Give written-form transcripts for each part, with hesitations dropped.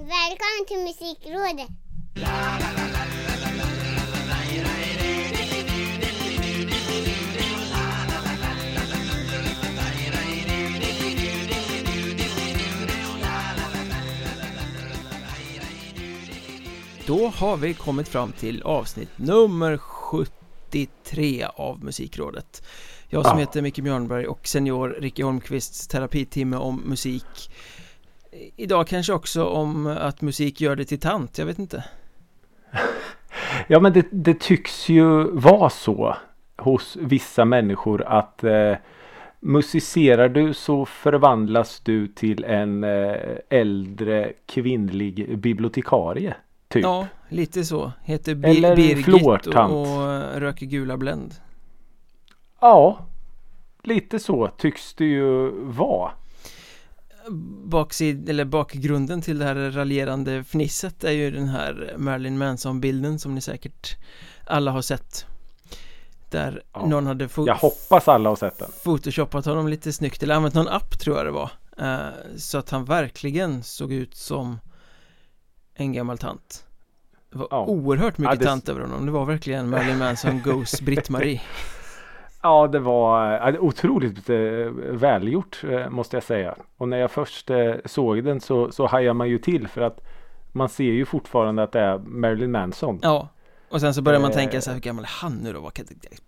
Välkommen till Musikrådet! Då har vi kommit fram till avsnitt nummer 73 av Musikrådet. Jag som heter Micke Björnberg och senior Ricky Holmqvists terapitimme om musik. Idag kanske också om att musik gör det till tant, jag vet inte. Ja, men det tycks ju vara så hos vissa människor att musicerar du så förvandlas du till en äldre kvinnlig bibliotekarie. Typ. Ja, lite så. Heter Eller Birgit och röker gula Blend. Ja, lite så tycks det ju vara. Bakgrunden till det här raljerande fnisset är ju den här Marilyn Manson-bilden som ni säkert alla har sett. Där någon hade jag hoppas alla har sett den. Photoshopat honom lite snyggt, eller använt någon app tror jag det var. Så att han verkligen såg ut som en gammal tant. Det var oerhört mycket tant över honom. Det var verkligen Marilyn Manson goes Britt-Marie. Ja, det var otroligt välgjort måste jag säga. Och när jag först såg den så hajar man ju till för att man ser ju fortfarande att det är Marilyn Manson. Ja, och sen så börjar man tänka så här, hur gammal är han nu då?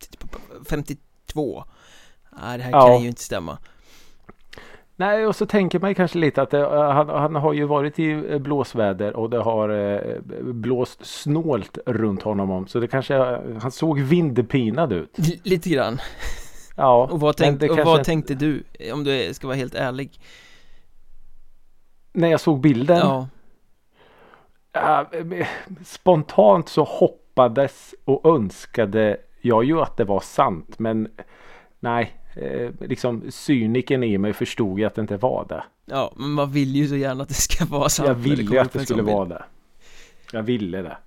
52? Nej, det här kan ju inte stämma. Nej, och så tänker man kanske lite att han har ju varit i blåsväder och det har blåst snålt runt honom om. Så det kanske, han såg vindpinad ut. Lite grann. Ja. Och vad tänkte du, om du ska vara helt ärlig? När jag såg bilden? Ja. Spontant så hoppades och önskade jag ju att det var sant. Men nej. Liksom cyniken i mig förstod jag att det inte var det. Ja, men man vill ju så gärna att det ska vara sant. Jag ville att det skulle vara det. Jag ville det.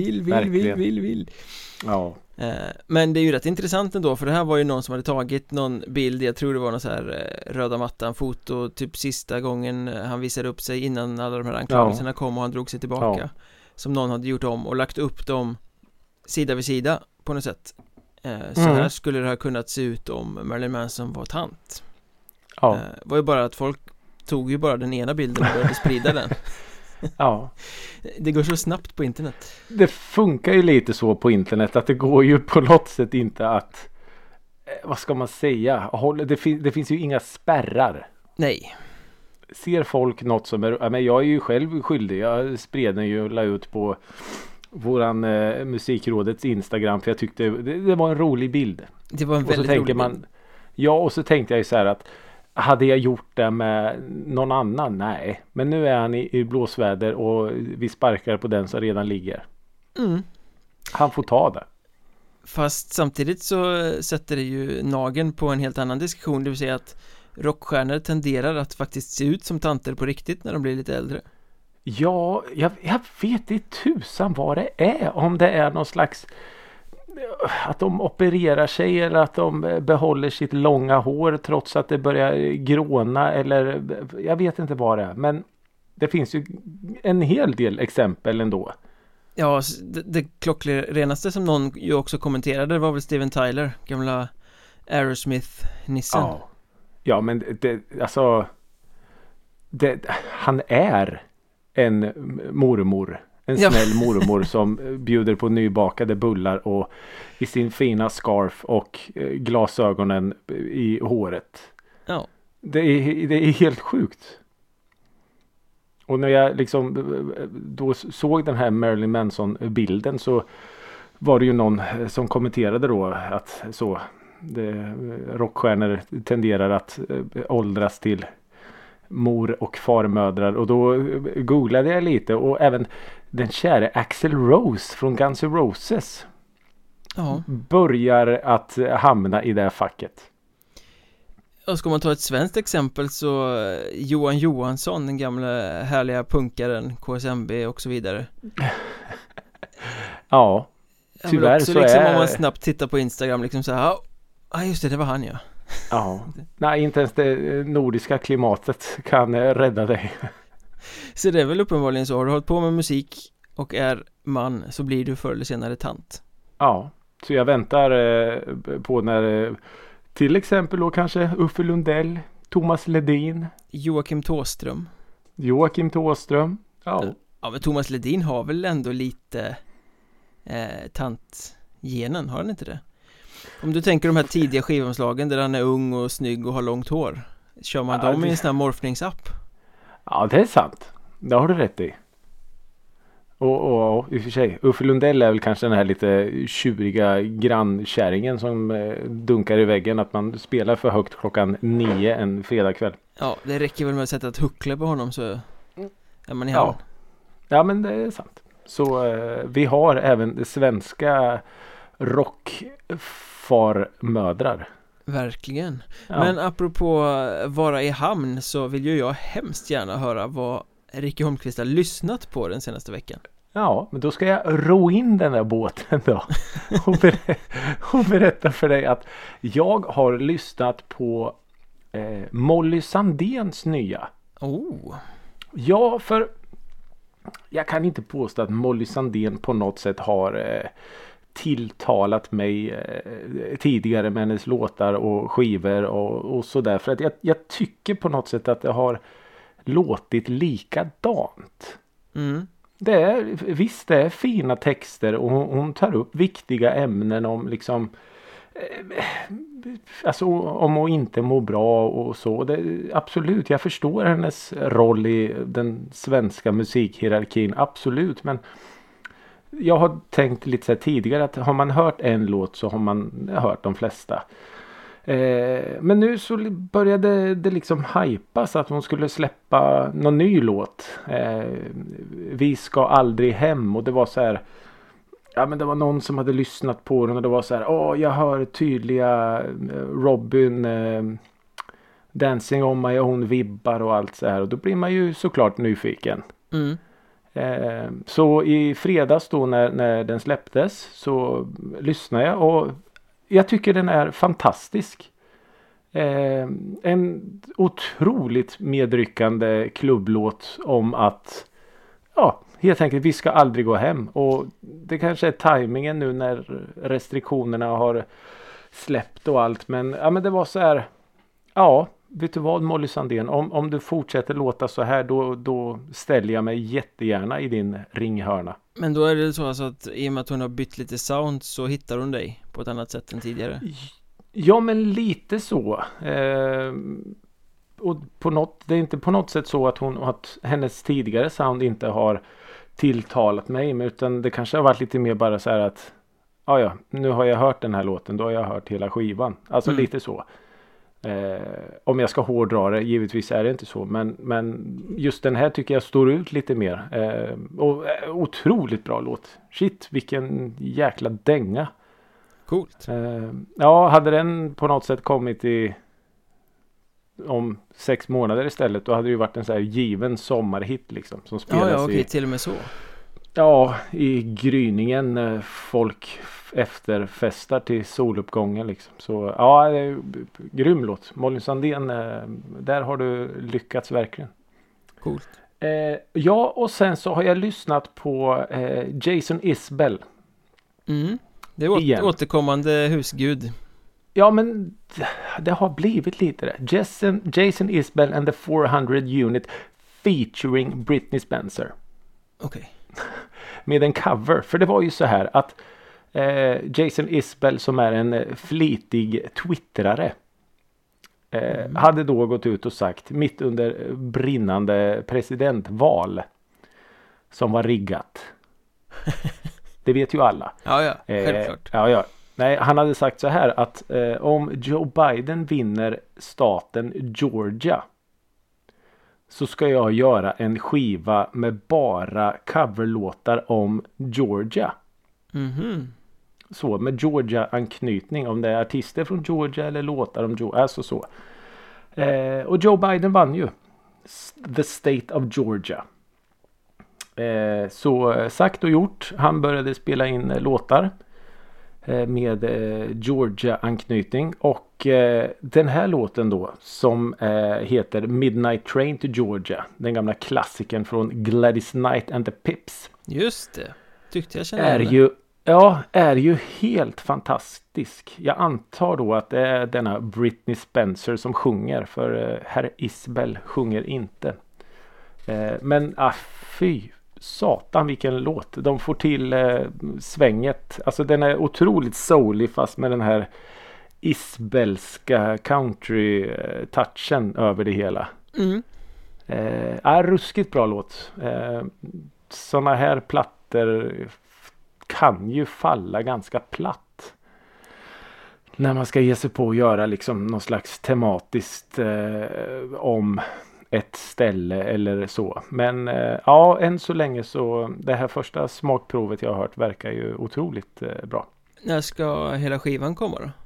Vill. Ja. Men det är ju rätt intressant ändå, för det här var ju någon som hade tagit någon bild, jag tror det var någon så här röda mattan-foto, typ sista gången han visade upp sig innan alla de här anklagelserna kom och han drog sig tillbaka. Som någon hade gjort om och lagt upp dem sida vid sida på något sätt. Så här skulle det ha kunnat se ut om Marilyn Manson var tant. Det var ju bara att folk tog ju bara den ena bilden och började sprida den. Ja. Det går så snabbt på internet. Det funkar ju lite så på internet att det går ju på något sätt inte att, vad ska man säga, det finns ju inga spärrar. Nej. Ser folk något som är, men jag är ju själv skyldig, jag spred den ju och la ut på våran Musikrådets Instagram, för jag tyckte det var en rolig bild. Det var en väldigt rolig bild. Ja, och så tänkte jag ju så här att hade jag gjort det med någon annan? Nej. Men nu är han i blåsväder och vi sparkar på den som redan ligger. Han får ta det. Fast samtidigt så sätter det ju nageln på en helt annan diskussion, det vill säga att rockstjärnor tenderar att faktiskt se ut som tanter på riktigt när de blir lite äldre. Ja, jag vet inte tusan vad det är. Om det är någon slags att de opererar sig eller att de behåller sitt långa hår trots att det börjar gråna, eller jag vet inte vad det är. Men det finns ju en hel del exempel ändå. Ja, det klockrenaste som någon ju också kommenterade var väl Steven Tyler, gamla Aerosmith-nissen. Ja, men han är en mormor. En snäll mormor som bjuder på nybakade bullar och i sin fina scarf och glasögonen i håret. Ja. Det är helt sjukt. Och när jag liksom då såg den här Marilyn Manson-bilden så var det ju någon som kommenterade då att rockstjärnor tenderar att åldras till mor- och farmödrar, och då googlade jag lite, och även den kära Axl Rose från Guns N' Roses börjar att hamna i det här facket. Och ska man ta ett svenskt exempel så Johan Johansson, den gamla härliga punkaren, KSMB och så vidare. Ja, tyvärr så liksom om man snabbt tittar på Instagram liksom så här, just det var han Ja, nej, inte ens det nordiska klimatet kan rädda dig. Så det är väl uppenbarligen så. Har du hållit på med musik och är man, så blir du förr eller senare tant. Ja, så jag väntar på när till exempel då kanske Uffe Lundell, Thomas Ledin, Joakim Thåström. Ja. Ja, men Thomas Ledin har väl ändå lite tantgenen, har han inte det? Om du tänker de här tidiga skivomslagen där han är ung och snygg och har långt hår. Kör man dem i en sån här morfningsapp? Ja, det är sant. Det har du rätt i. Och i och för sig, Uffe Lundell är väl kanske den här lite tjuriga grannkärringen som dunkar i väggen att man spelar för högt 9:00 en fredagkväll. Ja, det räcker väl med att sätta ett huckle på honom så är man i hamn. Ja, men det är sant. Så vi har även det svenska rockfarmödrar. Verkligen. Ja. Men apropå vara i hamn så vill ju jag hemskt gärna höra vad Ricky Holmqvist har lyssnat på den senaste veckan. Ja, men då ska jag ro in den där båten då och berätta för dig att jag har lyssnat på Molly Sandéns nya. Ja, för jag kan inte påstå att Molly Sandén på något sätt har tilltalat mig tidigare med hennes låtar och skivor och sådär. För att jag tycker på något sätt att det har låtit likadant. Det är fina texter och hon tar upp viktiga ämnen om liksom alltså om att inte må bra och så. Absolut, jag förstår hennes roll i den svenska musikhierarkin, absolut, men jag har tänkt lite så här tidigare att har man hört en låt så har man hört de flesta. Men nu så började det liksom hypas att hon skulle släppa någon ny låt. Vi ska aldrig hem, och det var så här, ja, men det var någon som hade lyssnat på den och det var så här, jag hör tydliga Robin Dancing on my own vibbar och allt så här, och då blir man ju såklart nyfiken. Så i fredags då när den släpptes så lyssnade jag och jag tycker den är fantastisk. En otroligt medryckande klubblåt om att helt enkelt vi ska aldrig gå hem, och det kanske är tajmingen nu när restriktionerna har släppt och allt, men det var så här, vet du vad Molly Sandén, om du fortsätter låta så här då ställer jag mig jättegärna i din ringhörna. Men då är det så alltså att i och med att hon har bytt lite sound så hittar hon dig på ett annat sätt än tidigare? Ja, men lite så. Och det är inte på något sätt så att hennes tidigare sound inte har tilltalat mig, men utan det kanske har varit lite mer bara så här att nu har jag hört den här låten, då har jag hört hela skivan. Alltså lite så. Om jag ska hårdra det, givetvis är det inte så, men just den här tycker jag står ut lite mer. Och otroligt bra låt. Shit, vilken jäkla dänga. Coolt. Hade den på något sätt kommit om 6 månader istället, då hade det ju varit en så här given sommarhit liksom, som spelas okej, till och med så. Ja, i gryningen folk efterfestar till soluppgången liksom. Så grym låt. Molly Sandén, där har du lyckats verkligen. Coolt. Och sen så har jag lyssnat på Jason Isbell. Det är återkommande husgud. Ja, men det har blivit lite det. Jason Isbell and the 400 Unit featuring Britney Spencer. Okej. Med en cover. För det var ju så här att Jason Isbell, som är en flitig twittrare, hade då gått ut och sagt mitt under brinnande presidentval som var riggat. Det vet ju alla. Ja, självklart. Nej, han hade sagt så här att om Joe Biden vinner staten Georgia så ska jag göra en skiva med bara coverlåtar om Georgia. Så, med Georgia-anknytning, om det är artister från Georgia eller låtar om Georgia, alltså så. Och Joe Biden vann ju The State of Georgia. Så sagt och gjort, han började spela in låtar. med Georgia-anknytning. Och den här låten då som heter Midnight Train to Georgia. Den gamla klassikern från Gladys Knight and the Pips. Just det, tyckte jag kände är ju helt fantastisk. Jag antar då att det är denna Britney Spencer som sjunger, för herr Isbell sjunger inte. Men fy satan vilken låt. De får till svänget. Alltså den är otroligt soulig fast med den här isbellska country-touchen över det hela. Ruskigt bra låt. Såna här plattor kan ju falla ganska platt när man ska ge sig på att göra liksom någon slags tematiskt om ett ställe eller så. Men än så länge så det här första smakprovet jag har hört verkar ju otroligt bra. När ska hela skivan komma då?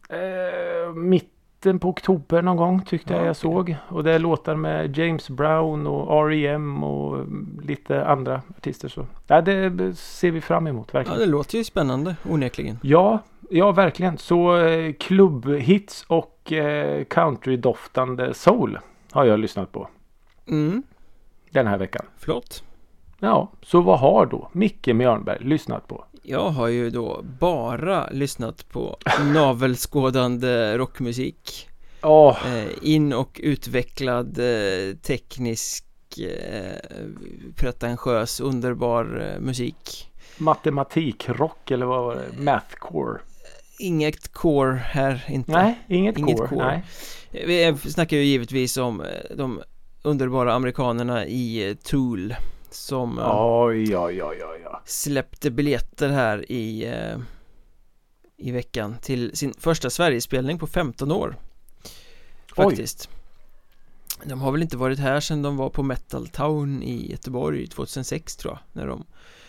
Mitten på oktober någon gång tyckte jag såg. Och det är låtar med James Brown och R.E.M. och lite andra artister. Så. Ja, det ser vi fram emot verkligen. Ja, det låter ju spännande, onekligen. Ja, verkligen. Så klubbhits och countrydoftande soul har jag lyssnat på. Den här veckan. Flott. Ja, så vad har då Micke Mjörnberg lyssnat på? Jag har ju då bara lyssnat på navelskådande rockmusik. In- och utvecklad teknisk pretentiös underbar musik. Matematikrock eller vad var det? Mathcore. Inget core här inte. Nej, inget core. Nej. Vi snackar ju givetvis om de underbara amerikanerna i Tool som släppte biljetter här i veckan till sin första Sverigespelning på 15 år faktiskt. De har väl inte varit här sedan de var på Metal Town i Göteborg 2006 tror jag, när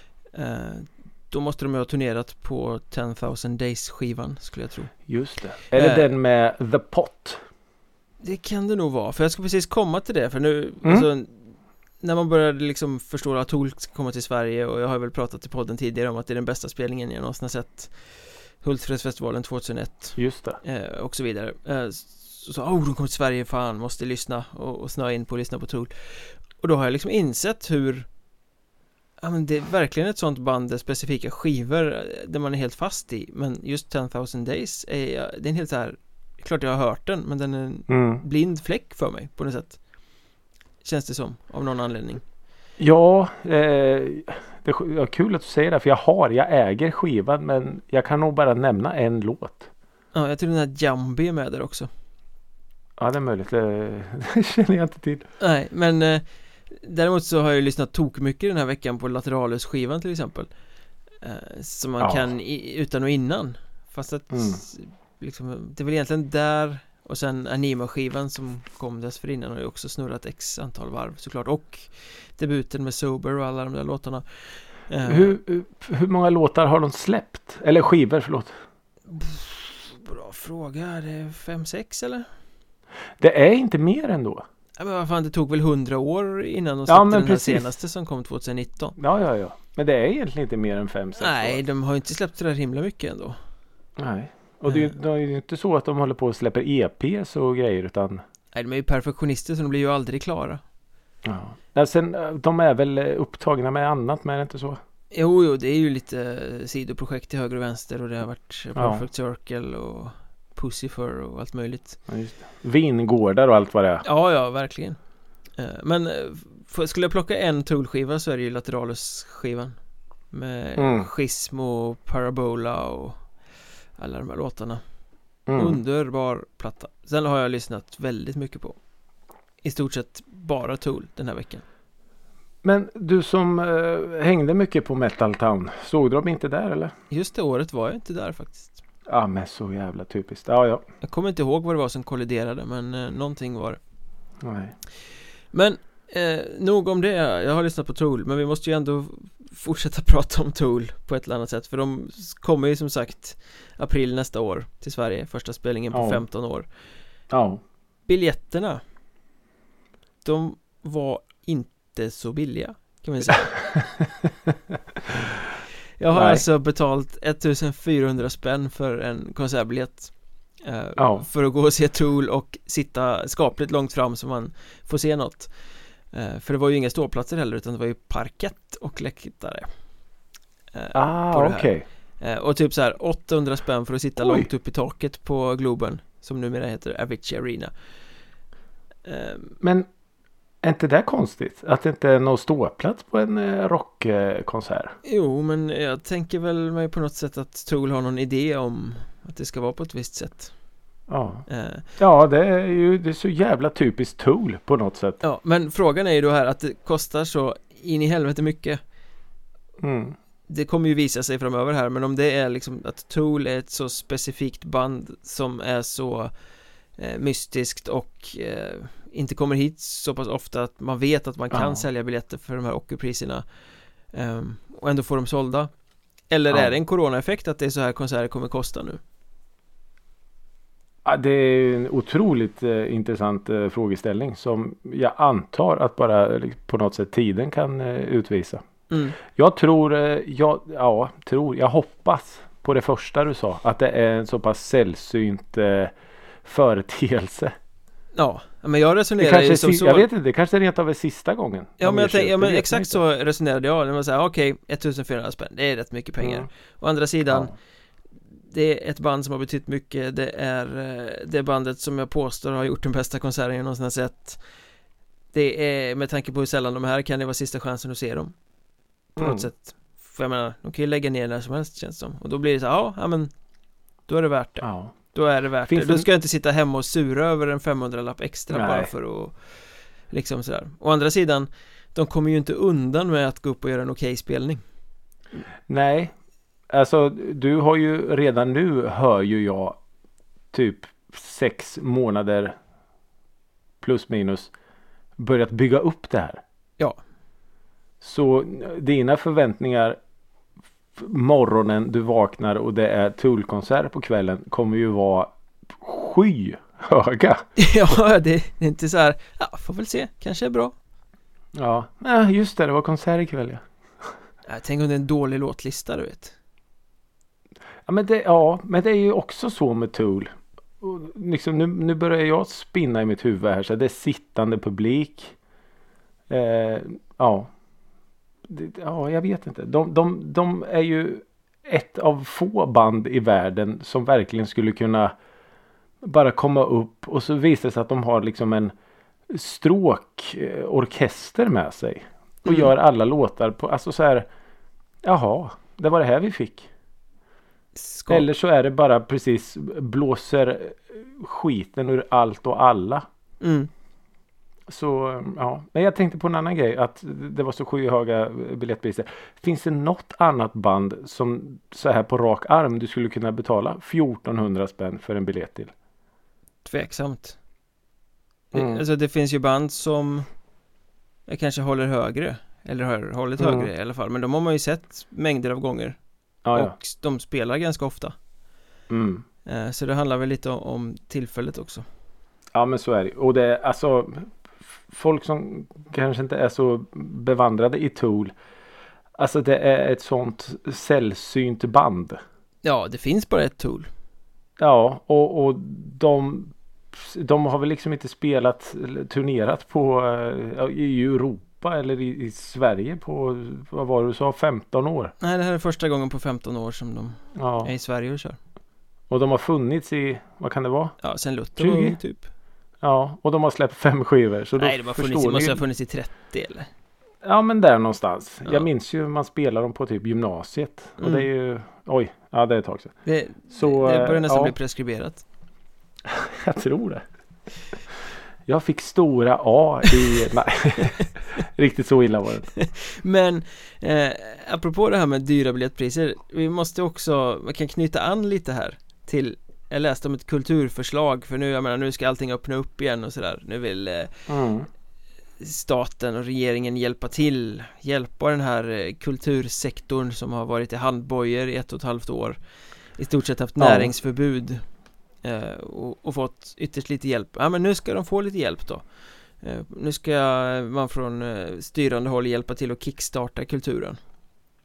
då måste de ju ha turnerat på 10,000 Days skivan skulle jag tro. Just det. Eller den med The Pot. Det kan det nog vara, för jag ska precis komma till det, för nu alltså, när man började liksom förstå att Tool ska komma till Sverige, och jag har väl pratat i podden tidigare om att det är den bästa spelningen jag någonsin har sett, Hultsfredsfestivalen 2001. Just det. Och så vidare. Så de kommer till Sverige, fan, måste lyssna och snöa in på att lyssna på Tool. Och då har jag liksom insett hur det är verkligen ett sånt band där specifika skivor där man är helt fast i, men just 10,000 Days det är en helt så här, klart jag har hört den, men den är en blind fläck för mig på något sätt. Känns det som, av någon anledning. Ja, det är kul att du säger det, för jag äger skivan, men jag kan nog bara nämna en låt. Ja, jag tror den här Jambi är med där också. Ja, det är möjligt. Det känner jag inte till. Nej, men däremot så har jag lyssnat tokmycket den här veckan på Lateralus-skivan till exempel. Som man kan utan och innan. Fast att liksom, det är väl egentligen där, och sen Anima-skivan som kom dessförinnan har ju också snurrat x antal varv såklart, och debuten med Sober och alla de där låtarna. Hur många låtar har de släppt? Eller skivor, förlåt. Bra fråga, det är 5-6 eller? Det är inte mer ändå. Ja, men vad fan, det tog väl 100 år innan de släppte den här senaste som kom 2019. Ja. Men det är egentligen inte mer än 5-6 Nej, år. de har ju inte släppt så där himla mycket ändå. Nej. Och det är ju inte så att de håller på att släppa EPs och grejer, utan... Nej, de är ju perfektionister så de blir ju aldrig klara. Ja. Sen, de är väl upptagna med annat, men är det inte så? Jo, det är ju lite sidoprojekt till höger och vänster, och det har varit Perfect Circle och Pussyfur och allt möjligt. Ja, just det. Vingårdar och allt vad det är. Ja, verkligen. Men skulle jag plocka en Tool-skiva så är det ju Lateralus-skivan. Med Schism och Parabola och alla de här låtarna. Underbar platta. Sen har jag lyssnat väldigt mycket på i stort sett bara Tool den här veckan. Men du som hängde mycket på Metal Town, såg de inte där eller? Just det året var jag inte där faktiskt. Ja, men så jävla typiskt. Ja. Jag kommer inte ihåg vad det var som kolliderade, men någonting var det. Nej. Men nog om det. Jag har lyssnat på Tool, men vi måste ju ändå fortsätta prata om Tool på ett eller annat sätt, för de kommer ju som sagt april nästa år till Sverige, första spelningen på 15 år. Ja. Biljetterna, de var inte så billiga, kan man säga. Jag har alltså betalt 1400 spänn för en konsertbiljett för att gå och se Tool och sitta skapligt långt fram så man får se något. För det var ju inga ståplatser heller, utan det var ju parkett och läktare. Okej. Och typ så här 800 spänn för att sitta långt upp i taket på Globen, som numera heter Avicii Arena. Men är inte det konstigt? Att det inte är någon ståplats på en rockkonsert? Jo, men jag tänker väl mig på något sätt att Tool har någon idé om att det ska vara på ett visst sätt. Ja, det är så jävla typiskt Tool på något sätt. Ja, men frågan är ju då här att det kostar så in i helvete mycket. Det kommer ju visa sig framöver här, men om det är liksom att Tool är ett så specifikt band som är så mystiskt och inte kommer hit så pass ofta att man vet att man kan sälja biljetter för de här ockerpriserna och ändå får dem sålda. Eller är det en coronaeffekt att det är så här konserter kommer kosta nu? Ja, det är en otroligt intressant frågeställning som jag antar att bara på något sätt tiden kan utvisa. Jag jag hoppas på det första du sa, att det är en så pass sällsynt företeelse. Ja, men jag resonerar ju som så. Jag vet inte, det kanske rent av är sista gången. Ja, men exakt så resonerade jag. När man säger okej, 1400 spänn, det är rätt mycket pengar. Å andra sidan, det är ett band som har betytt mycket. Det är det bandet som jag påstår har gjort den bästa konserten jag någonsin har sett. Det är, med tanke på hur sällan de här, kan det vara sista chansen att se dem på något sätt. För jag menar, de kan ju lägga ner när som helst, känns som. Och då blir det så ja men då är det värt det. Ja. Då är det värt det. Då ska jag inte sitta hemma och sura över en 500-lapp extra bara för att liksom sådär. Å andra sidan, de kommer ju inte undan med att gå upp och göra en okej spelning. Nej, alltså du har ju redan nu, hör ju jag typ 6 månader plus minus börjat bygga upp det här. Ja. Så dina förväntningar morgonen du vaknar och det är Tool-konsert på kvällen kommer ju vara skyhöga. Ja, det är inte så här, får väl se, kanske är bra. Ja, just det var konsert ikväll, ja. Jag tänker om det är en dålig låtlista, du vet. Ja, men det är ju också så med Tool. Och liksom, nu börjar jag spinna i mitt huvud här, så det är sittande publik. Jag vet inte. De är ju ett av få band i världen som verkligen skulle kunna bara komma upp och så visar det sig att de har liksom en stråkorkester med sig och gör alla låtar på, alltså så här, jaha, det var det här vi fick. Eller så är det bara precis blåser skiten ur allt och alla. Så men jag tänkte på en annan grej, att det var så skyhöga biljettpriser. Finns det något annat band som så här på rak arm du skulle kunna betala 1400 spänn för en biljett till? Tveksamt. Alltså det finns ju band som jag kanske håller högre, eller har hållit högre i alla fall, men de har man ju sett mängder av gånger. Och de spelar ganska ofta. Så det handlar väl lite om tillfället också. Ja, men så är det. Och det är alltså folk som kanske inte är så bevandrade i Tool. Alltså det är ett sånt sällsynt band. Ja, det finns bara ett Tool. Ja, och de har väl liksom inte turnerat på i Europa eller i Sverige på, vad var det du sa, 15 år? Nej, det här är första gången på 15 år som de är i Sverige och kör. Och de har funnits i, vad kan det vara? Ja, sen Luther typ. Ja, och de har släppt 5 skivor. Så nej, de har funnits i 30 eller? Ja, men där någonstans. Ja. Jag minns ju man spelar dem på typ gymnasiet. Och det är ju, det är ett tag sedan. Det börjar nästan bli preskriberat. Jag tror det. Jag fick stora A i... Nej, riktigt så illa var det. Men apropå det här med dyra biljettpriser, vi måste också, man kan knyta an lite här till, jag läste om ett kulturförslag, för nu ska allting öppna upp igen och sådär. Nu vill staten och regeringen hjälpa den här kultursektorn som har varit i handbojor i 1,5 år, i stort sett haft näringsförbud och fått ytterst lite hjälp. Ja, men nu ska de få lite hjälp då. Nu ska man från styrande håll hjälpa till att kickstarta kulturen.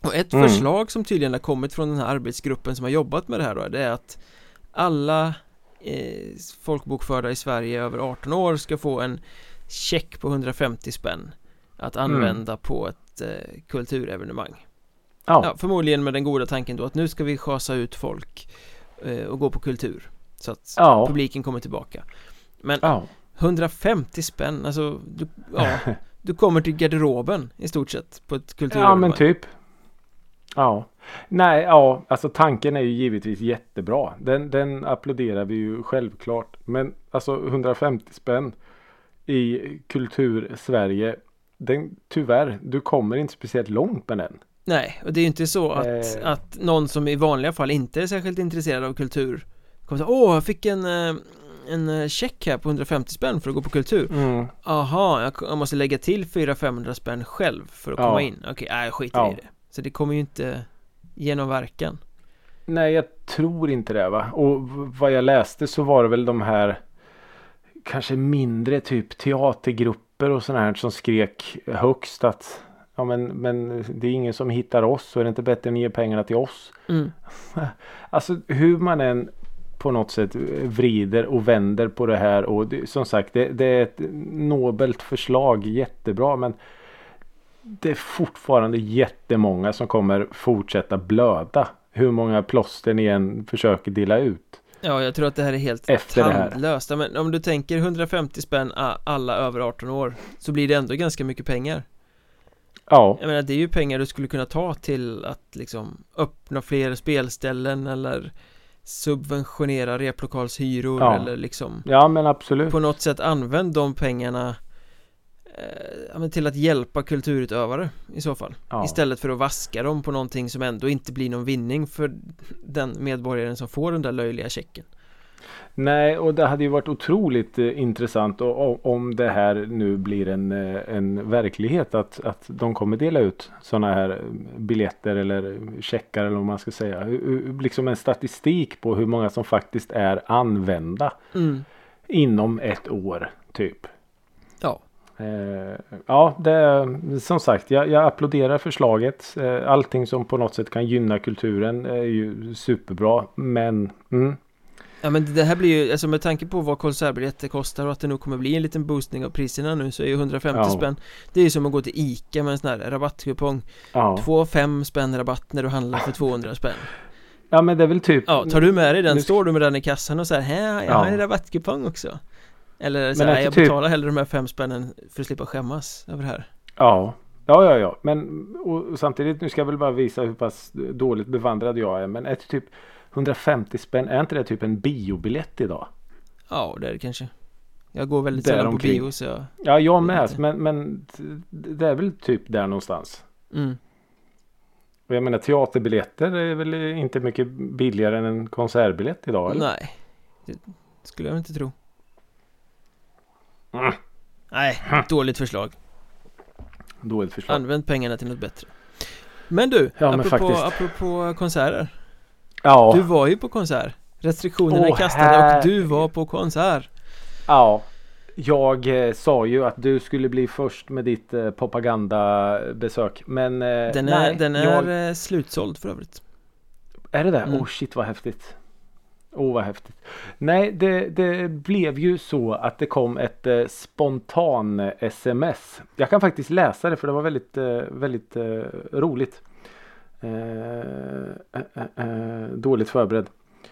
Och ett förslag som tydligen har kommit från den här arbetsgruppen som har jobbat med det här då, det är att alla folkbokförda i Sverige över 18 år ska få en check på 150 spänn att använda på ett kulturevenemang. Ja, förmodligen med den goda tanken då att nu ska vi schasa ut folk och gå på kultur så att publiken kommer tillbaka. Men 150 spänn, alltså du kommer till garderoben i stort sett på ett kulturevenemang. Ja, men typ. Ja. Nej, alltså tanken är ju givetvis jättebra. Den applåderar vi ju självklart. Men alltså 150 spänn i kultur Sverige, tyvärr, du kommer inte speciellt långt med den. Nej, och det är ju inte så att någon som i vanliga fall inte är särskilt intresserad av kultur kommer säga, jag fick en check här på 150 spänn för att gå på kultur. Aha, jag måste lägga till 400-500 spänn själv för att komma in. Okej, jag skiter i det. Så det kommer ju inte genom verkan. Nej, jag tror inte det, va? Och vad jag läste så var det väl de här kanske mindre typ teatergrupper och sådana här som skrek högst att men det är ingen som hittar oss, så är det inte bättre att ni ger pengarna till oss. Alltså hur man än på något sätt vrider och vänder på det här, och som sagt det är ett nobelt förslag, jättebra, men det är fortfarande jättemånga som kommer fortsätta blöda hur många plåster ni än försöker dela ut. Ja, jag tror att det här är helt tandlöst. Men om du tänker 150 spänn alla över 18 år så blir det ändå ganska mycket pengar. Ja. Jag menar, det är ju pengar du skulle kunna ta till att liksom öppna fler spelställen eller subventionera replokalshyror eller liksom men absolut. På något sätt använd de pengarna till att hjälpa kulturutövare i så fall. Istället för att vaska dem på någonting som ändå inte blir någon vinning för den medborgaren som får den där löjliga checken. Nej, och det hade ju varit otroligt intressant om det här nu blir en verklighet att de kommer dela ut sådana här biljetter eller checkar eller vad man ska säga. Liksom en statistik på hur många som faktiskt är använda inom ett år typ. Som sagt, jag applåderar förslaget. Allting som på något sätt kan gynna kulturen är ju superbra, men ja, men det här blir ju, alltså med tanke på vad konsertbiljetter kostar och att det nog kommer bli en liten boostning av priserna nu, så är ju 150 spänn, det är ju som att gå till ICA med en sån här rabattkupong. 2,5 spänn rabatt när du handlar för 200 spänn. Ja, men det är väl typ tar du med dig den, står du med den i kassan och säger jag har en rabattkupong också. Eller så här, jag betalar hellre de här 5 spännen för att slippa skämmas över det här. Ja. Men och samtidigt, nu ska jag väl bara visa hur pass dåligt bevandrad jag är. Men är det typ 150 spänn, är inte det typ en biobiljett idag? Ja, det är det kanske. Jag går väldigt sällan på bio, så jag med, men det är väl typ där någonstans. Och jag menar, teaterbiljetter är väl inte mycket billigare än en konsertbiljett idag, eller? Nej, det skulle jag inte tro. Nej, dåligt förslag. Använd pengarna till något bättre. Men du, apropå konserter. Du var ju på konsert. Restriktionerna är kastade och du var på konsert. Ja, jag sa ju att du skulle bli först med ditt propagandabesök. Men den är slutsåld för övrigt. Är det där? Shit, vad häftigt. Vad häftigt. Nej, det blev ju så att det kom ett spontan sms. Jag kan faktiskt läsa det, för det var väldigt, väldigt roligt. Dåligt förberedd.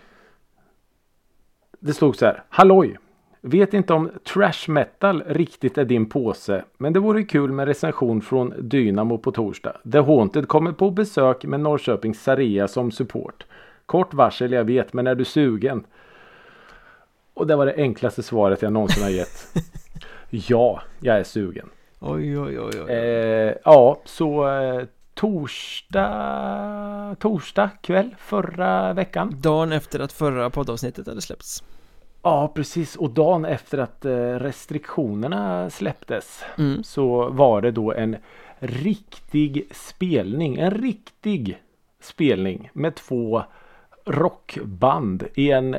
Det stod så här: halloj! Vet inte om trash metal riktigt är din påse, men det vore kul med recension från Dynamo på torsdag. The Haunted kommer på besök med Norrköpings Saria som support. Kort varsel, jag vet, men är du sugen? Och det var det enklaste svaret jag någonsin har gett. Ja, jag är sugen. Oj. Torsdag kväll förra veckan. Dagen efter att förra poddavsnittet hade släppts. Ja, precis. Och dagen efter att restriktionerna släpptes så var det då en riktig spelning med 2 rockband i en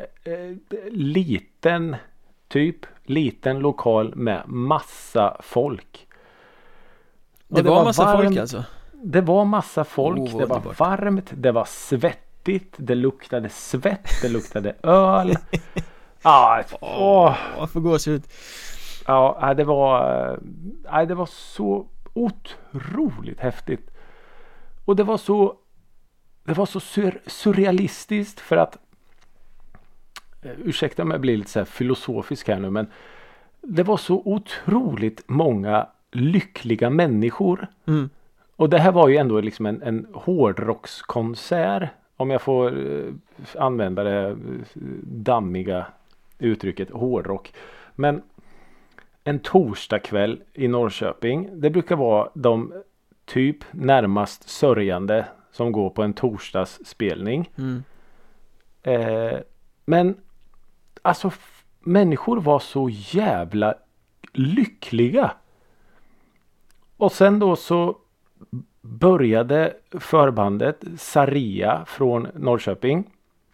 liten lokal med massa folk. Det var massa folk alltså? det var massa folk, det var underbart. varmt, det var svettigt, det luktade svett, det luktade öl. Varför gåshud? Ja, det var så otroligt häftigt. Och det var så surrealistiskt för att ursäkta mig, jag blir lite så här filosofisk här nu, men det var så otroligt många lyckliga människor. Och det här var ju ändå liksom en hårdrockskonsert, om jag får använda det dammiga uttrycket hårdrock. Men en torsdagkväll i Norrköping, det brukar vara de typ närmast sörjande som går på en torsdagsspelning. Men alltså människor var så jävla lyckliga. Och sen då så började förbandet Saria från Norrköping.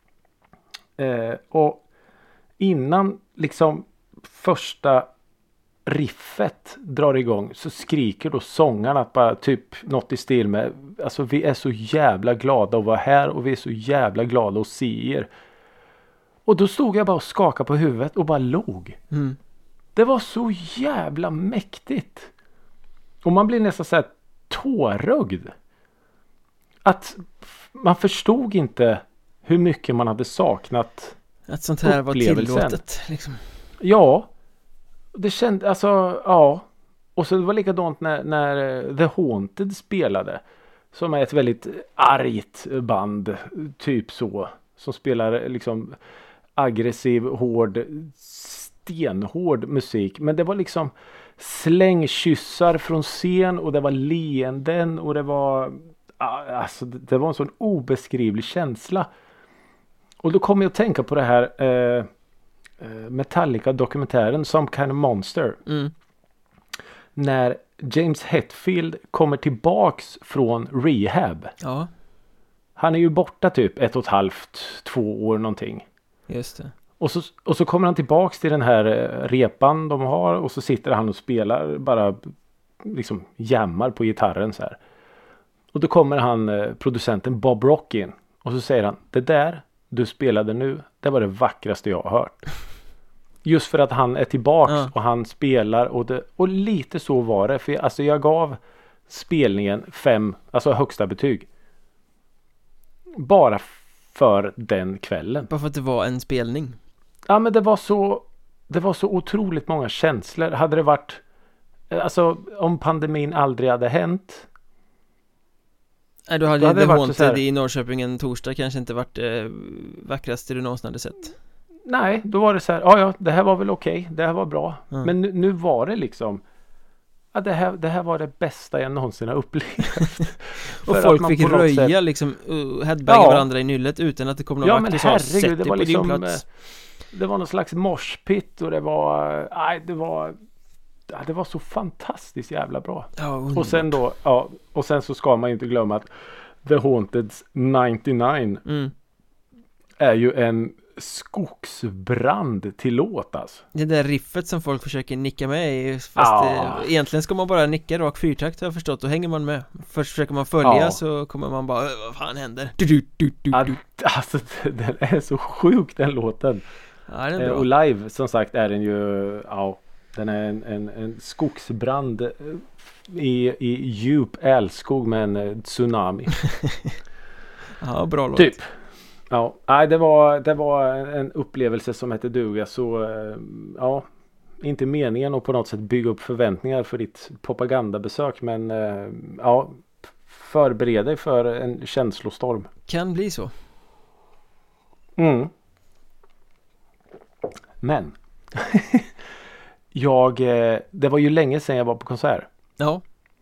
Och innan liksom första riffet drar igång så skriker då sångarna bara typ något i stil med, alltså vi är så jävla glada att vara här och vi är så jävla glada att se er. Och då stod jag bara och skakade på huvudet och bara log. Det var så jävla mäktigt. Och man blir nästan så här tårögd. Att man förstod inte hur mycket man hade saknat att sånt här var tillåtet liksom. Ja. Det kände, alltså, ja. Och så det var likadant när The Haunted spelade. Som är ett väldigt argt band. Typ så. Som spelar liksom aggressiv, hård, stenhård musik. Men det var liksom slängkyssar från scen. Och det var leenden. Och det var, alltså det var en sån obeskrivlig känsla. Och då kom jag att tänka på det här Metallica-dokumentären Some Kind of Monster. När James Hetfield kommer tillbaks från rehab. Ja. Han är ju borta typ 1,5-2 år någonting. Just det. Och så kommer han tillbaks till den här repan de har. Och så sitter han och spelar, bara liksom jammar på gitarren så här. Och då kommer han, producenten Bob Rock in. Och så säger han, det där du spelade nu, det var det vackraste jag har hört. Just för att han är tillbaks och han spelar och lite så var det. För alltså jag gav spelningen 5, alltså högsta betyg. Bara för den kvällen. Bara för att det var en spelning. Ja, men det var så otroligt många känslor. Hade det varit, alltså om pandemin aldrig hade hänt. Nej, då hade The Haunted i Norrköping en torsdag kanske inte varit vackraste du någonsin hade sett. Nej, då var det så här, ja, det här var väl okej, det här var bra. Men nu var det liksom, ja, det här var det bästa jag någonsin har upplevt. Och folk fick röja liksom, headbanga varandra i nyllet utan att det kom någon vakt och sa, sätt dig på din plats. Det var någon slags moshpit och det var så fantastiskt jävla bra. Och sen då, och sen så ska man ju inte glömma att The Haunted's 99 är ju en skogsbrand till låt alltså. Det där riffet som folk försöker nicka med i, fast egentligen ska man bara nicka rak fyrtakt, har jag förstått, då hänger man med. Först försöker man följa så kommer man bara, vad fan händer? Alltså den är så sjuk den låten. Ja, den är bra. Och live som sagt är den ju, den är en skogsbrand i djup älskog med en tsunami. Ja, bra låt. Typ. Ja, nej, det var en upplevelse som hette duga, så inte meningen att på något sätt bygga upp förväntningar för ditt propagandabesök, men förbered dig för en känslostorm. Kan bli så. Men det var ju länge sedan jag var på konsert. Ja.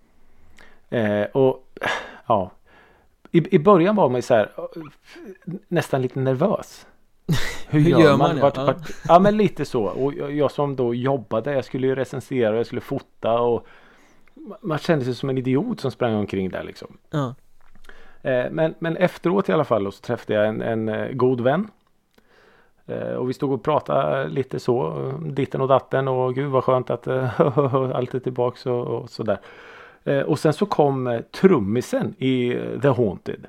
I början var man ju så här nästan lite nervös. Hur gör man? Ja, men lite så. Och jag som då jobbade, jag skulle ju recensera, jag skulle fota och man kände sig som en idiot som sprang omkring där liksom. Ja. Men efteråt i alla fall så träffade jag en god vän. Och vi stod och pratade lite så, ditten och datten, och gud vad skönt att allt är tillbaks och sådär. Och sen så kom trummisen i The Haunted.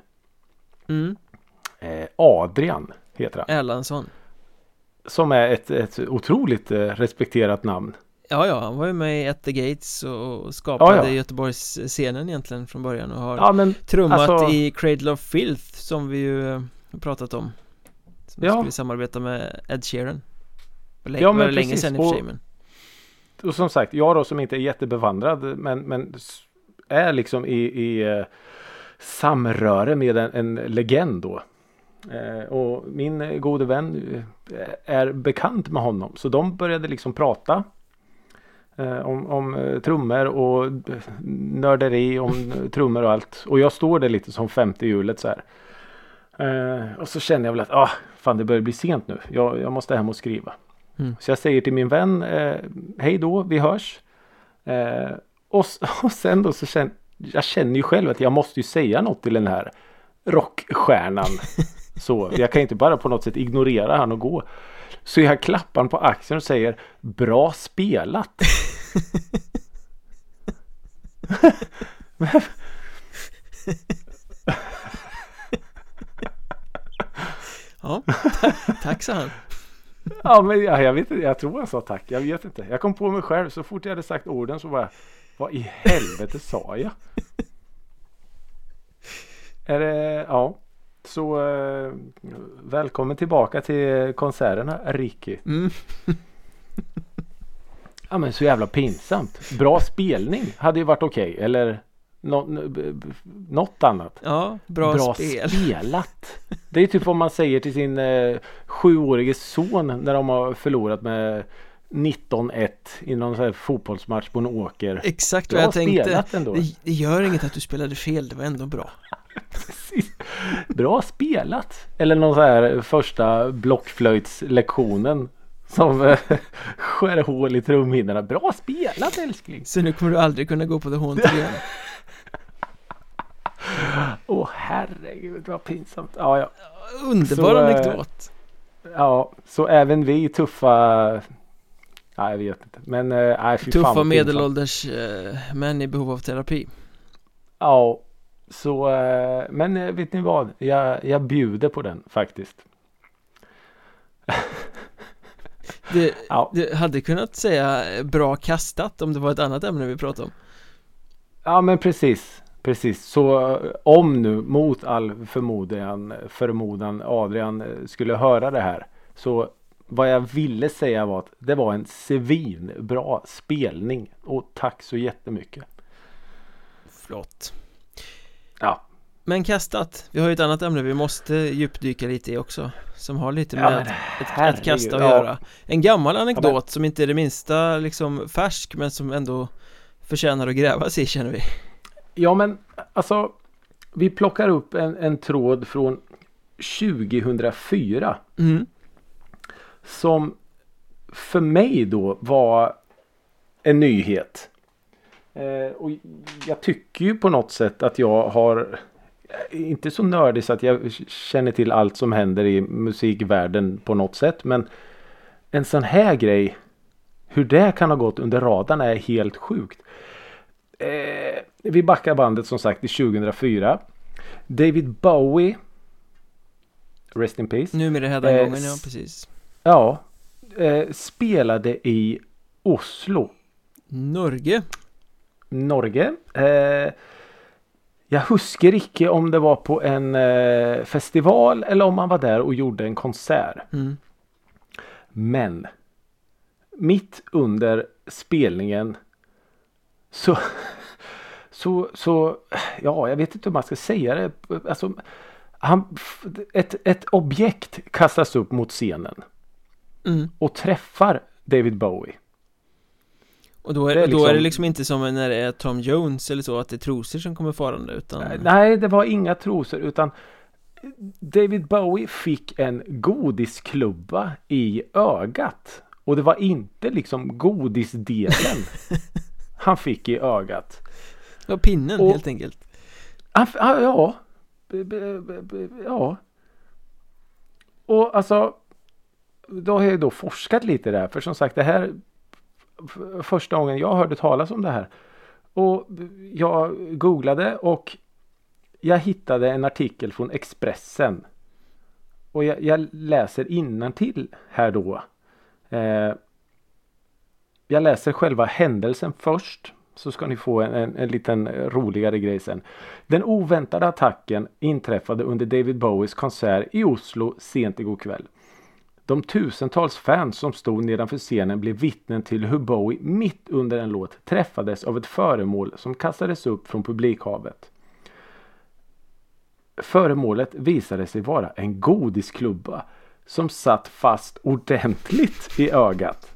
Adrian heter han. Erlandsson. Som är ett otroligt respekterat namn. Ja, han var ju med i At the Gates och skapade Göteborgsscenen egentligen från början och har trummat i Cradle of Filth som vi ju har pratat om. Som skulle samarbeta med Ed Sheeran. Var länge sedan i och för sig, men. Och som sagt, jag då som inte är jättebevandrad men är liksom i samröre med en legend då. Och min gode vän är bekant med honom. Så de började liksom prata om trummor och nörderi om trummor och allt. Och jag står där lite som femte hjulet så här. Och så känner jag väl att fan det börjar bli sent nu. Jag måste hem och skriva. Så jag säger till min vän hej då, vi hörs. Och sen då så jag känner ju själv att jag måste ju säga något till den här rockstjärnan. Så jag kan inte bara på något sätt ignorera han och gå. Så jag klappar han på axeln och säger bra spelat. Ja, tack så han. Ja, men jag vet inte, jag tror han sa tack. Jag vet inte. Jag kom på mig själv så fort jag hade sagt orden så var vad i helvete sa jag? Är det, så välkommen tillbaka till konserterna, Ricky. Ja, men så jävla pinsamt. Bra spelning hade ju varit okej. Eller något annat. Ja, bra spelat. Det är typ vad man säger till sin 7-årige son när de har förlorat med 19-1 i någon sån här fotbollsmatch på en åker. Exakt vad jag tänkte. Det gör inget att du spelade fel, det var ändå bra. Precis. Bra spelat. Eller någon så här första blockflöjtslektionen som skär hål i trumhinnorna. Bra spelat, älskling. Så nu kommer du aldrig kunna gå på The Haunted igen. Herregud, vad pinsamt. Ja. Underbar anekdot. Ja, så även vi tuffa... Nej, jag vet inte. Men, tuffa medelålders män i behov av terapi. Ja, så... Men vet ni vad? Jag bjuder på den, faktiskt. Du hade kunnat säga bra kastat om det var ett annat ämne vi pratade om. Ja, men precis. Så om nu mot all förmodan Adrian skulle höra det här, så vad jag ville säga var att det var en svinbra spelning och tack så jättemycket. Flott. Ja. Men kastat, vi har ju ett annat ämne vi måste djupdyka lite i också, som har lite med ett kasta att göra. En gammal anekdot som inte är det minsta liksom färsk, men som ändå förtjänar att grävas i, känner vi. Ja, men alltså vi plockar upp en tråd från 2004 som för mig då var en nyhet. Och jag tycker ju på något sätt att jag har inte så nördig så att jag känner till allt som händer i musikvärlden på något sätt, men en sån här grej, hur det kan ha gått under radarn är helt sjukt. Vi backar bandet som sagt i 2004. David Bowie, rest in peace. Nu med det här den gången, ja precis. Ja, spelade i Oslo. Norge. Jag husker inte om det var på en festival eller om man var där och gjorde en konsert. Men mitt under spelningen så ja, jag vet inte hur man ska säga det. Alltså, ett objekt kastas upp mot scenen och träffar David Bowie. Och då är det liksom inte som när det är Tom Jones eller så, att det är trosor som kommer farande, utan... Nej, det var inga trosor, utan David Bowie fick en godisklubba i ögat. Och det var inte liksom godisdelen han fick i ögat. Det var pinnen helt enkelt. Ja. Och alltså, då har jag då forskat lite där. För som sagt, det här första gången jag hörde talas om det här. Och jag googlade och jag hittade en artikel från Expressen. Och jag läser innantill här då. Jag läser själva händelsen först. Så ska ni få en liten roligare grej sen. Den oväntade attacken inträffade under David Bowies konsert i Oslo sent igår kväll. De tusentals fans som stod nedanför scenen blev vittnen till hur Bowie mitt under en låt träffades av ett föremål som kastades upp från publikhavet. Föremålet visade sig vara en godisklubba som satt fast ordentligt i ögat.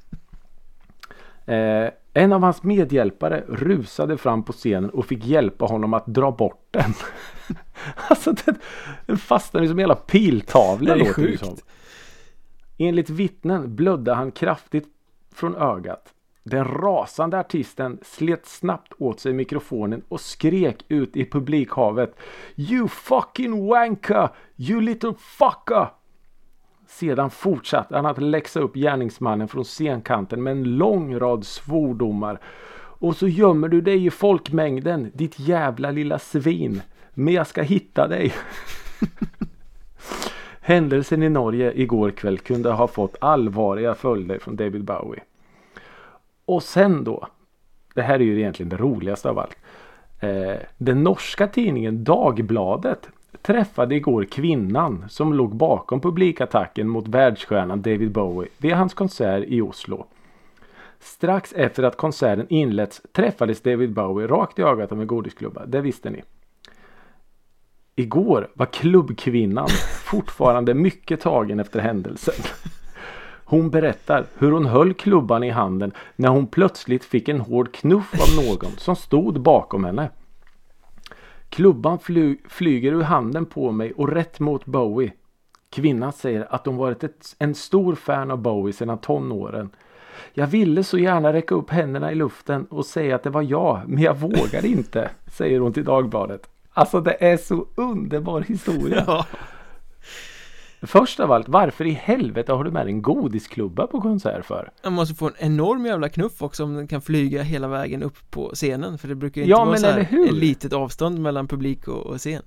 En av hans medhjälpare rusade fram på scenen och fick hjälpa honom att dra bort den. Alltså den fastnade som en jävla piltavla. Det är sjukt. Som. Enligt vittnen blödde han kraftigt från ögat. Den rasande artisten slet snabbt åt sig mikrofonen och skrek ut i publikhavet: "You fucking wanker! You little fucker!" Sedan fortsatte han att läxa upp gärningsmannen från scenkanten med en lång rad svordomar. "Och så gömmer du dig i folkmängden, ditt jävla lilla svin. Men jag ska hitta dig." Händelsen i Norge igår kväll kunde ha fått allvarliga följder från David Bowie. Och sen då, det här är ju egentligen det roligaste av allt. Den norska tidningen Dagbladet träffade igår kvinnan som låg bakom publikattacken mot världsstjärnan David Bowie vid hans konsert i Oslo. Strax efter att konserten inletts träffades David Bowie rakt i ögat av en godisklubba, det visste ni. Igår var klubbkvinnan fortfarande mycket tagen efter händelsen. Hon berättar hur hon höll klubban i handen när hon plötsligt fick en hård knuff av någon som stod bakom henne. "Klubban flyger ur handen på mig och rätt mot Bowie." Kvinnan säger att hon varit en stor fan av Bowie sedan tonåren. "Jag ville så gärna räcka upp händerna i luften och säga att det var jag, men jag vågade inte", säger hon till Dagbladet. Alltså det är så underbar historia. Ja. Först av allt, varför i helvete har du med en godisklubba på konsert för? Man måste få en enorm jävla knuff också om den kan flyga hela vägen upp på scenen. För det brukar ju inte vara så här ett litet avstånd mellan publik och scen.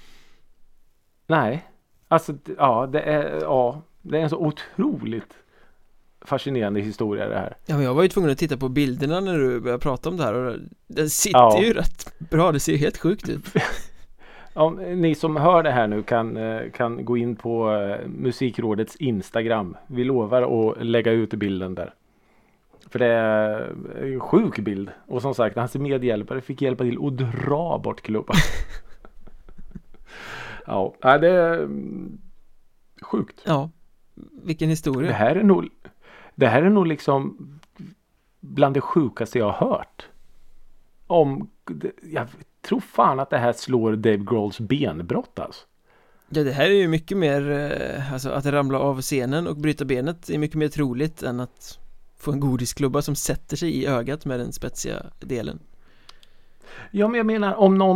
Nej, alltså det är en så otroligt fascinerande historia det här. Ja, men jag var ju tvungen att titta på bilderna när du började prata om det här. Och det sitter ju rätt bra, det ser helt sjukt ut. Om ni som hör det här nu kan gå in på Musikrådets Instagram. Vi lovar att lägga ut bilden där. För det är en sjuk bild. Och som sagt, hans medhjälpare fick hjälpa till att dra bort klubban. Ja, det är sjukt. Ja, vilken historia. Det här är nog liksom bland det sjukaste jag har hört. Jag tror fan att det här slår Dave Grohls benbrott alltså. Ja, det här är ju mycket mer alltså att ramla av scenen och bryta benet är mycket mer troligt än att få en godisklubba som sätter sig i ögat med den spetsiga delen. Ja, men jag menar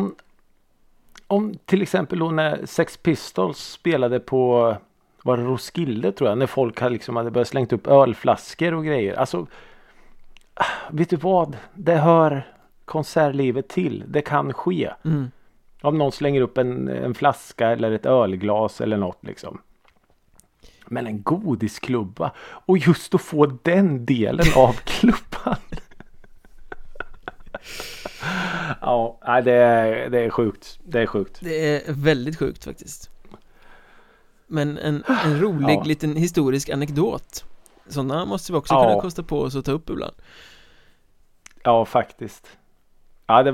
om till exempel då när Sex Pistols spelade på, var det Roskilde tror jag, när folk hade börjat slängt upp ölflaskor och grejer. Alltså, vet du vad? Det hör konsertlivet till. Det kan ske. Mm. Om någon slänger upp en flaska eller ett ölglas eller något liksom. Men en godisklubba. Och just att få den delen av klubban. Ja, det är sjukt. Det är sjukt. Det är väldigt sjukt faktiskt. Men en rolig liten historisk anekdot. Sådana måste vi också kunna kosta på oss att ta upp ibland. Ja, faktiskt. Ja,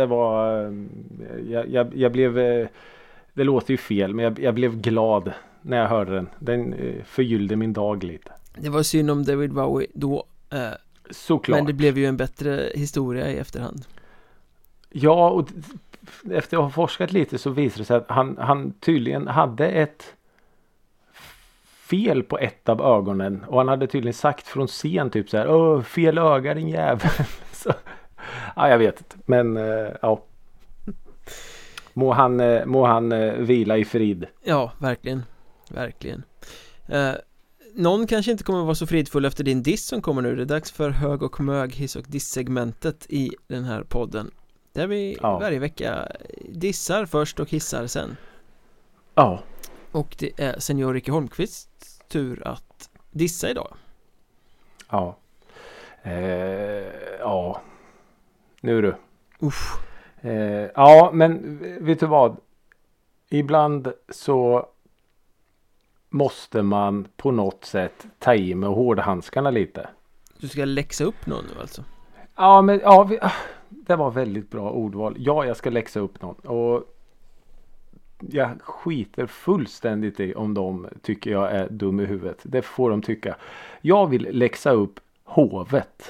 jag blev, det låter ju fel, men jag blev glad när jag hörde den. Den förgyllde min dag lite. Det var synd om David Bowie då. Såklart. Men det blev ju en bättre historia i efterhand. Ja, och efter att ha forskat lite så visade det sig att han tydligen hade ett fel på ett av ögonen. Och han hade tydligen sagt från scen typ så här: fel öga din jävel. Så, ja, jag vet inte. Men ja. Må han vila i frid. Ja, verkligen. Verkligen. någon kanske inte kommer att vara så fridfull efter din diss som kommer nu. Det är dags för hög och mög, hiss och diss-segmentet i den här podden. Där vi varje vecka dissar först och hissar sen. Ja. Och det är senior Ricky Holmqvists tur att dissa idag. Ja. Ja. Nu du. Uff. Ja, men vet du vad? Ibland så måste man på något sätt ta i med hårdhandskarna lite. Du ska läxa upp någon nu alltså? Ja, men det var väldigt bra ordval. Ja, jag ska läxa upp någon. Och jag skiter fullständigt i om de tycker jag är dum i huvudet. Det får de tycka. Jag vill läxa upp Hovet.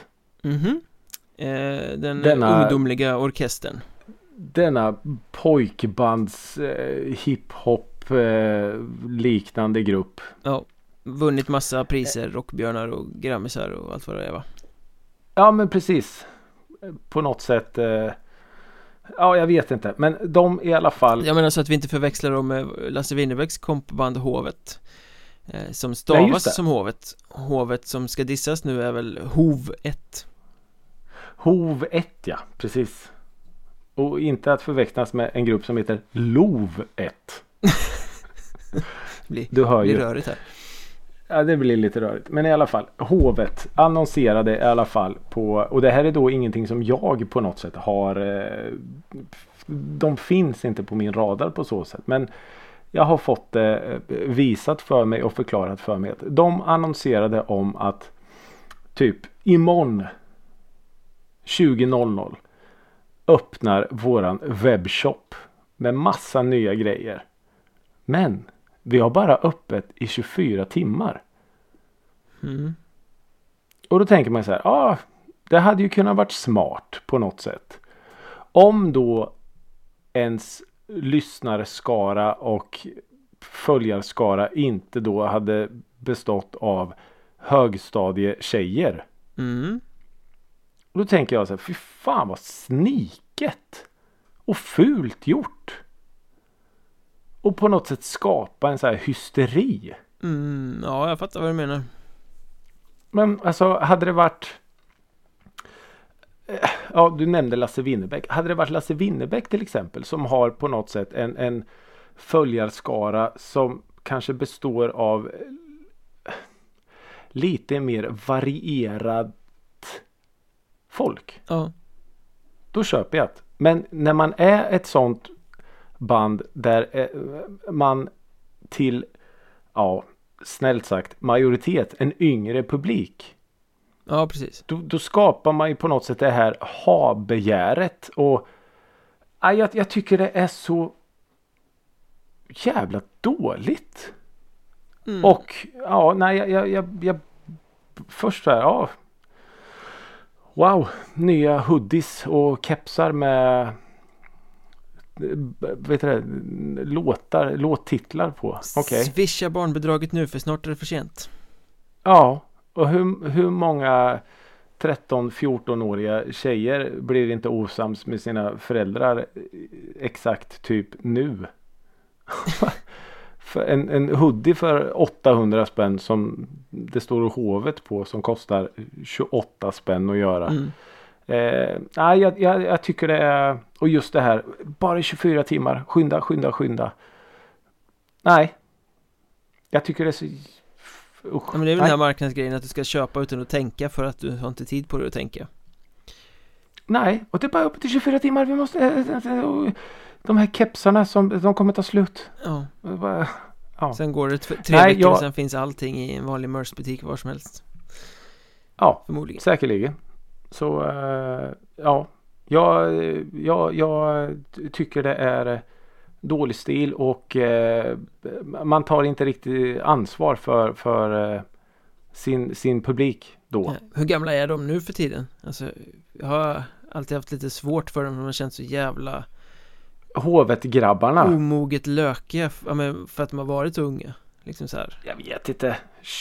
Denna ungdomliga orkestern. Denna pojkbands hiphop liknande grupp. Ja, vunnit massa priser, rockbjörnar och grammisar och allt vad det är, va? Ja, men precis. På något sätt ja, jag vet inte. Men de i alla fall. Jag menar så att vi inte förväxlar dem med Lasse Winnerbäcks kompband Hovet, som stavas som Hovet. Hovet som ska dissas nu är väl Hov 1. Hov 1, ja, precis. Och inte att förväxlas med en grupp som heter Lov 1. Du hör ju. Det blir rörigt här. Ja, det blir lite rörigt. Men i alla fall, Hovet annonserade i alla fall på, och det här är då ingenting som jag på något sätt har, de finns inte på min radar på så sätt. Men jag har fått det visat för mig och förklarat för mig att de annonserade om att typ imorgon 20:00 öppnar våran webbshop med massa nya grejer. Men vi har bara öppet i 24 timmar. Och då tänker man så här, det hade ju kunnat varit smart på något sätt. Om då ens lyssnarskara och följarskara inte då hade bestått av högstadietjejer. Och då tänker jag så här, fy fan vad sniket och fult gjort. Och på något sätt skapa en så här hysteri. Ja, jag fattar vad du menar. Men alltså, hade det varit... Ja, du nämnde Lasse Winnerbäck. Hade det varit Lasse Winnerbäck till exempel, som har på något sätt en följarskara som kanske består av lite mer varierat folk. Ja. Då köper jag det. Men när man är ett sånt band där man till, snällt sagt, majoritet, en yngre publik. Ja, precis. Då skapar man ju på något sätt det här ha-begäret. Och jag tycker det är så jävla dåligt. Och jag först så här, wow, nya hoodies och kepsar med låttitlar på. Okay. Swisha barnbidraget nu, för snart är det för sent. Ja, och hur många 13-14-åriga tjejer blir inte osams med sina föräldrar exakt typ nu? För en hoodie för 800 spänn som det står Hovet på, som kostar 28 spänn att göra. Jag tycker det är, och just det här, bara 24 timmar, skynda. Nej, jag tycker det är så men det är väl den här marknadsgrejen att du ska köpa utan att tänka, för att du har inte tid på det att tänka. Nej, och det är bara upp till 24 timmar. Vi måste, de här kepsarna de kommer ta slut. Ja. Sen går det 3 veckor och sen finns allting i en vanlig Merce-butik var som helst. Ja, förmodligen. Säkerligen. Så jag tycker det är dålig stil, och man tar inte riktigt ansvar för sin publik då. Hur gamla är de nu för tiden? Alltså, jag har alltid haft lite svårt för dem, för de har känt så jävla Hovet-grabbarna. Omoget lökiga för att de har varit så unga. Liksom så här. Jag vet inte.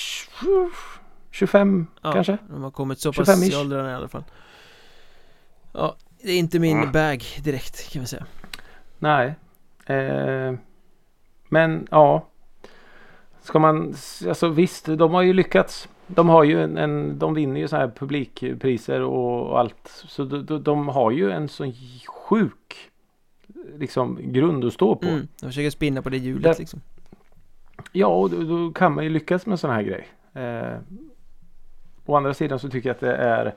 25 kanske? De har kommit så pass i åldrarna i alla fall. Ja, det är inte min bag direkt, kan vi säga. Nej. Men ska man, alltså visst, de har ju lyckats. De har ju de vinner ju så här publikpriser och allt. Så de har ju en sån sjuk liksom grund att stå på. De försöker spinna på det hjulet liksom. Ja, och då kan man ju lyckas med sån här grej. Å andra sidan så tycker jag att det är...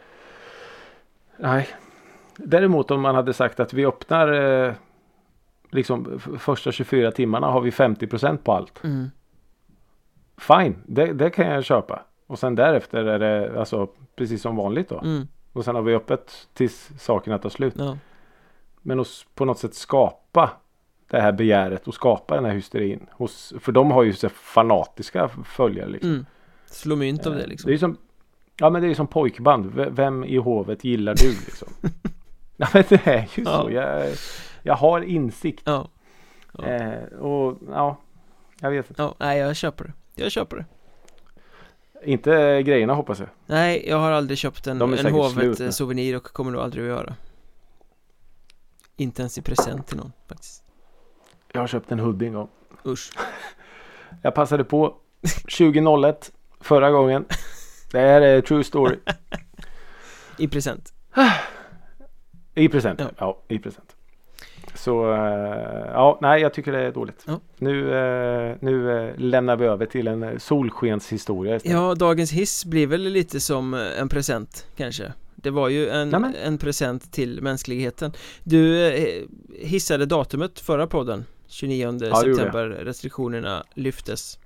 Nej. Däremot om man hade sagt att vi öppnar liksom första 24 timmarna har vi 50% på allt. Fine, det kan jag köpa. Och sen därefter är det alltså precis som vanligt då. Och sen har vi öppet tills sakerna tar slut. Ja. Men att på något sätt skapa det här begäret och skapa den här hysterin. För de har ju så fanatiska följare liksom. Slå mynt av det liksom. Det är ju som, ja men det är ju som pojkband. Vem i hovet gillar du liksom? Ja men det är ju så. Jag har insikt. Ja. Och ja, jag vet inte. Ja, nej, jag köper det. Inte grejerna hoppas jag. Nej, jag har aldrig köpt en hovet-souvenir och kommer nog aldrig att göra. Inte ens i present till någon faktiskt. Jag har köpt en hoodie en gång. Usch. Jag passade på 2001 förra gången. Det här är true story. I present. I present. Ja, i present. Så nej, jag tycker det är dåligt. Ja. Nu lämnar vi över till en solskenshistoria istället. Ja, dagens hiss blir väl lite som en present kanske. Det var ju en present till mänskligheten. Du hissade datumet förra podden 29 september, restriktionerna lyftes.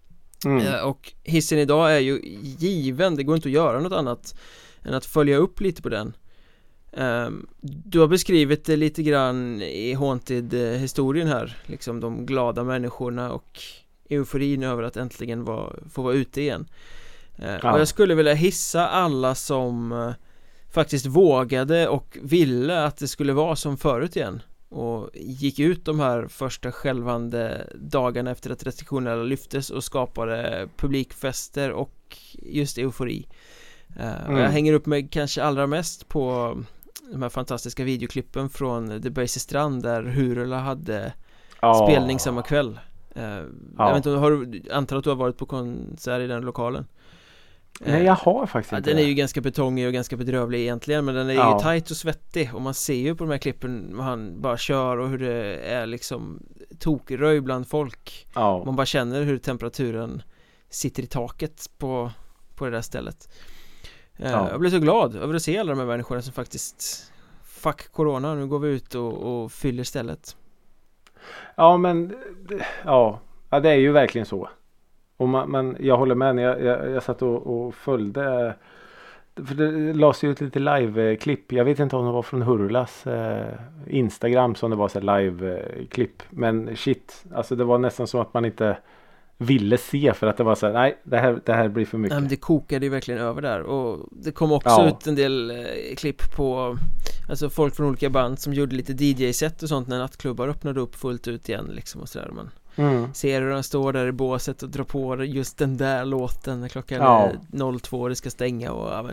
Och hissen idag är ju given. Det går inte att göra något annat än att följa upp lite på den. Du har beskrivit det lite grann i Haunted-historien här, liksom de glada människorna och euforin över att äntligen få vara ute igen. Och jag skulle vilja hissa alla som faktiskt vågade och ville att det skulle vara som förut igen och gick ut de här första skälvande dagarna efter att restriktionerna lyftes och skapade publikfester och just eufori. Och jag hänger upp mig kanske allra mest på de här fantastiska videoklippen från The Bergstrand där Hurula hade spelning samma kväll. Jag vet inte, antar att du har varit på konsert i den lokalen? Nej, jag har faktiskt inte. Den är ju ganska betongig och ganska bedrövlig egentligen, men den är ju tajt och svettig och man ser ju på de här klippen hur han bara kör och hur det är liksom tokröj bland folk. Man bara känner hur temperaturen sitter i taket på det där stället. Jag blev så glad över att se alla de här människorna som faktiskt fuck corona, nu går vi ut och fyller stället. Ja, men det är ju verkligen så. Och men jag håller med när jag satt och följde, för det lades ju ett lite live-klipp. Jag vet inte om det var från Hurlas Instagram som det var så live-klipp, men shit, alltså det var nästan som att man inte ville se, för att det var så här, nej, det här blir för mycket. Nej, men det kokade ju verkligen över där. Och det kom också ut en del klipp på alltså folk från olika band som gjorde lite DJ-set och sånt när nattklubbar öppnade upp fullt ut igen liksom, och sådär. Man ser hur de står där i båset och drar på just den där låten när klockan är 02 och det ska stänga och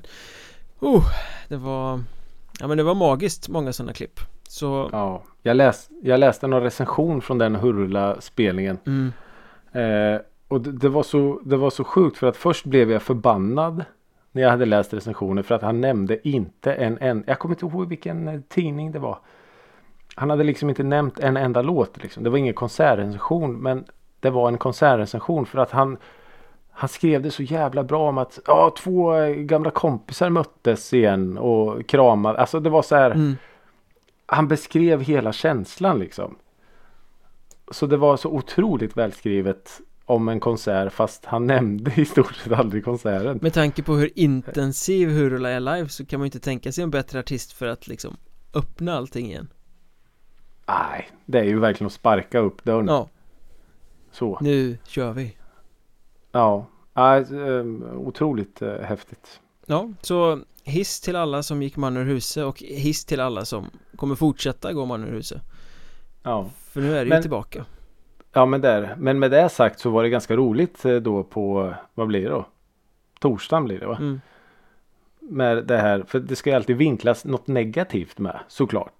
det var magiskt, många sådana klipp. Så jag läste någon recension från den Hurula-spelningen. Och det var så sjukt, för att först blev jag förbannad när jag hade läst recensionen för att han nämnde inte jag kommer inte ihåg vilken tidning det var. Han hade liksom inte nämnt en enda låt liksom. Det var ingen konsertrecension, men det var en konsertrecension för att han skrev det så jävla bra om att 2 gamla kompisar möttes igen och kramade. Alltså det var så här, han beskrev hela känslan liksom. Så det var så otroligt välskrivet om en konsert, fast han nämnde i stort sett aldrig konserten. Med tanke på hur intensiv Hurula är live så kan man ju inte tänka sig en bättre artist för att liksom öppna allting igen. Nej, det är ju verkligen att sparka upp dörren. Ja. Så. Nu kör vi. Ja, otroligt häftigt. Ja, så hiss till alla som gick man ur huset och hiss till alla som kommer fortsätta gå man ur huset. Ja. För nu är det ju tillbaka. Ja, men med det sagt så var det ganska roligt då på, vad blir det då? Torsdagen blir det, va? Med det här, för det ska ju alltid vinklas något negativt med, såklart.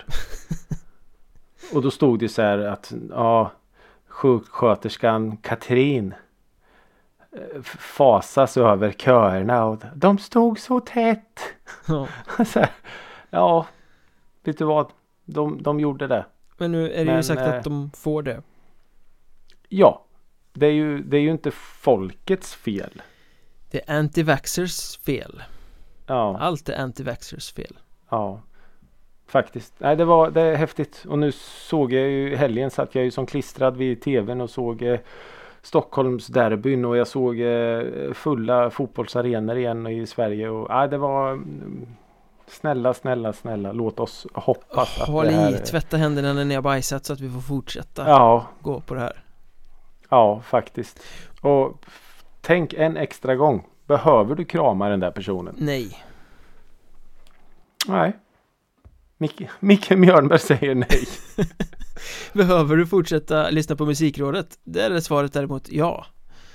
Och då stod det så här att sjuksköterskan Katrin fasas över köerna och de stod så tätt. Ja. Så här, ja, vet du vad? De gjorde det. Men nu är det ju sagt att de får det. Ja, det är ju inte folkets fel. Det är anti-vaxxers fel. Ja. Allt är anti-vaxxers fel. Ja, faktiskt. Nej, det är häftigt. Och nu såg jag ju helgen, satt jag ju som klistrad vid tvn och såg Stockholms derbyn och jag såg fulla fotbollsarenor igen i Sverige. Och det var snälla, låt oss hoppas att håll det här... i, tvätta händerna när ni har bajsat så att vi får fortsätta gå på det här. Ja, faktiskt. Och tänk en extra gång. Behöver du krama den där personen? Nej. Micke Mjörnberg säger nej. Behöver du fortsätta lyssna på Musikrådet? Det är svaret däremot ja.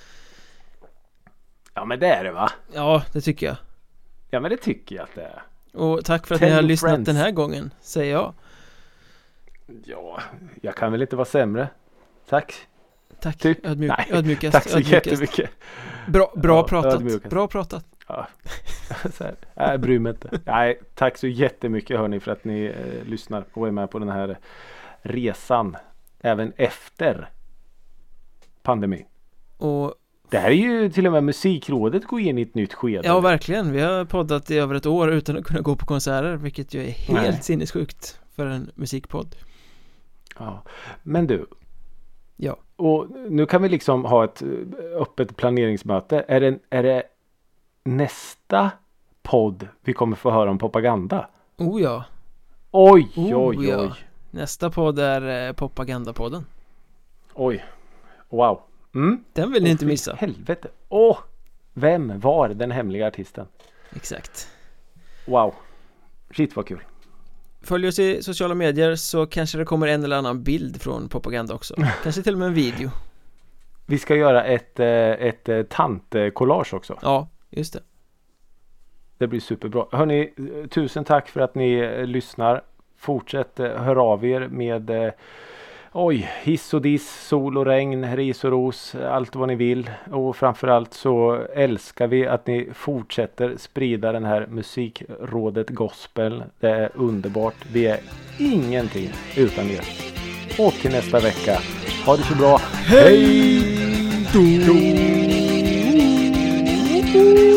Ja, men det är det, va? Ja, det tycker jag. Ja, men det tycker jag att det är. Och tack för att ni har lyssnat den här gången, säger jag. Ja, jag kan väl inte vara sämre. Tack. Ödmjukast. Tack så jättemycket. Bra pratat. Ödmjukast. Bra pratat. Ja. Jag bryr mig inte. Nej, tack så jättemycket hörni för att ni lyssnar och är med på den här resan även efter pandemin. Och det här är ju till och med Musikrådet går in i ett nytt skede. Ja, verkligen. Vi har poddat i över ett år utan att kunna gå på konserter, vilket ju är helt sinnessjukt för en musikpodd. Ja, men du. Ja. Och nu kan vi liksom ha ett öppet planeringsmöte. Är det nästa podd vi kommer få höra om propaganda? Oh ja. Oj. Ja. Nästa podd är Propagandapodden. Oj. Wow. Den vill ni inte missa. Helvete. Vem var den hemliga artisten? Exakt. Wow. Shit vad kul. Följ oss i sociala medier så kanske det kommer en eller annan bild från propaganda också. Kanske till och med en video. Vi ska göra ett tantkollage också. Ja, just det. Det blir superbra. Hörrni, tusen tack för att ni lyssnar. Fortsätt höra av er med hiss och diss, sol och regn, ris och ros, allt vad ni vill. Och framförallt så älskar vi att ni fortsätter sprida den här Musikrådet Gospel. Det är underbart. Vi är ingenting utan er. Och till nästa vecka. Ha det så bra. Hej då!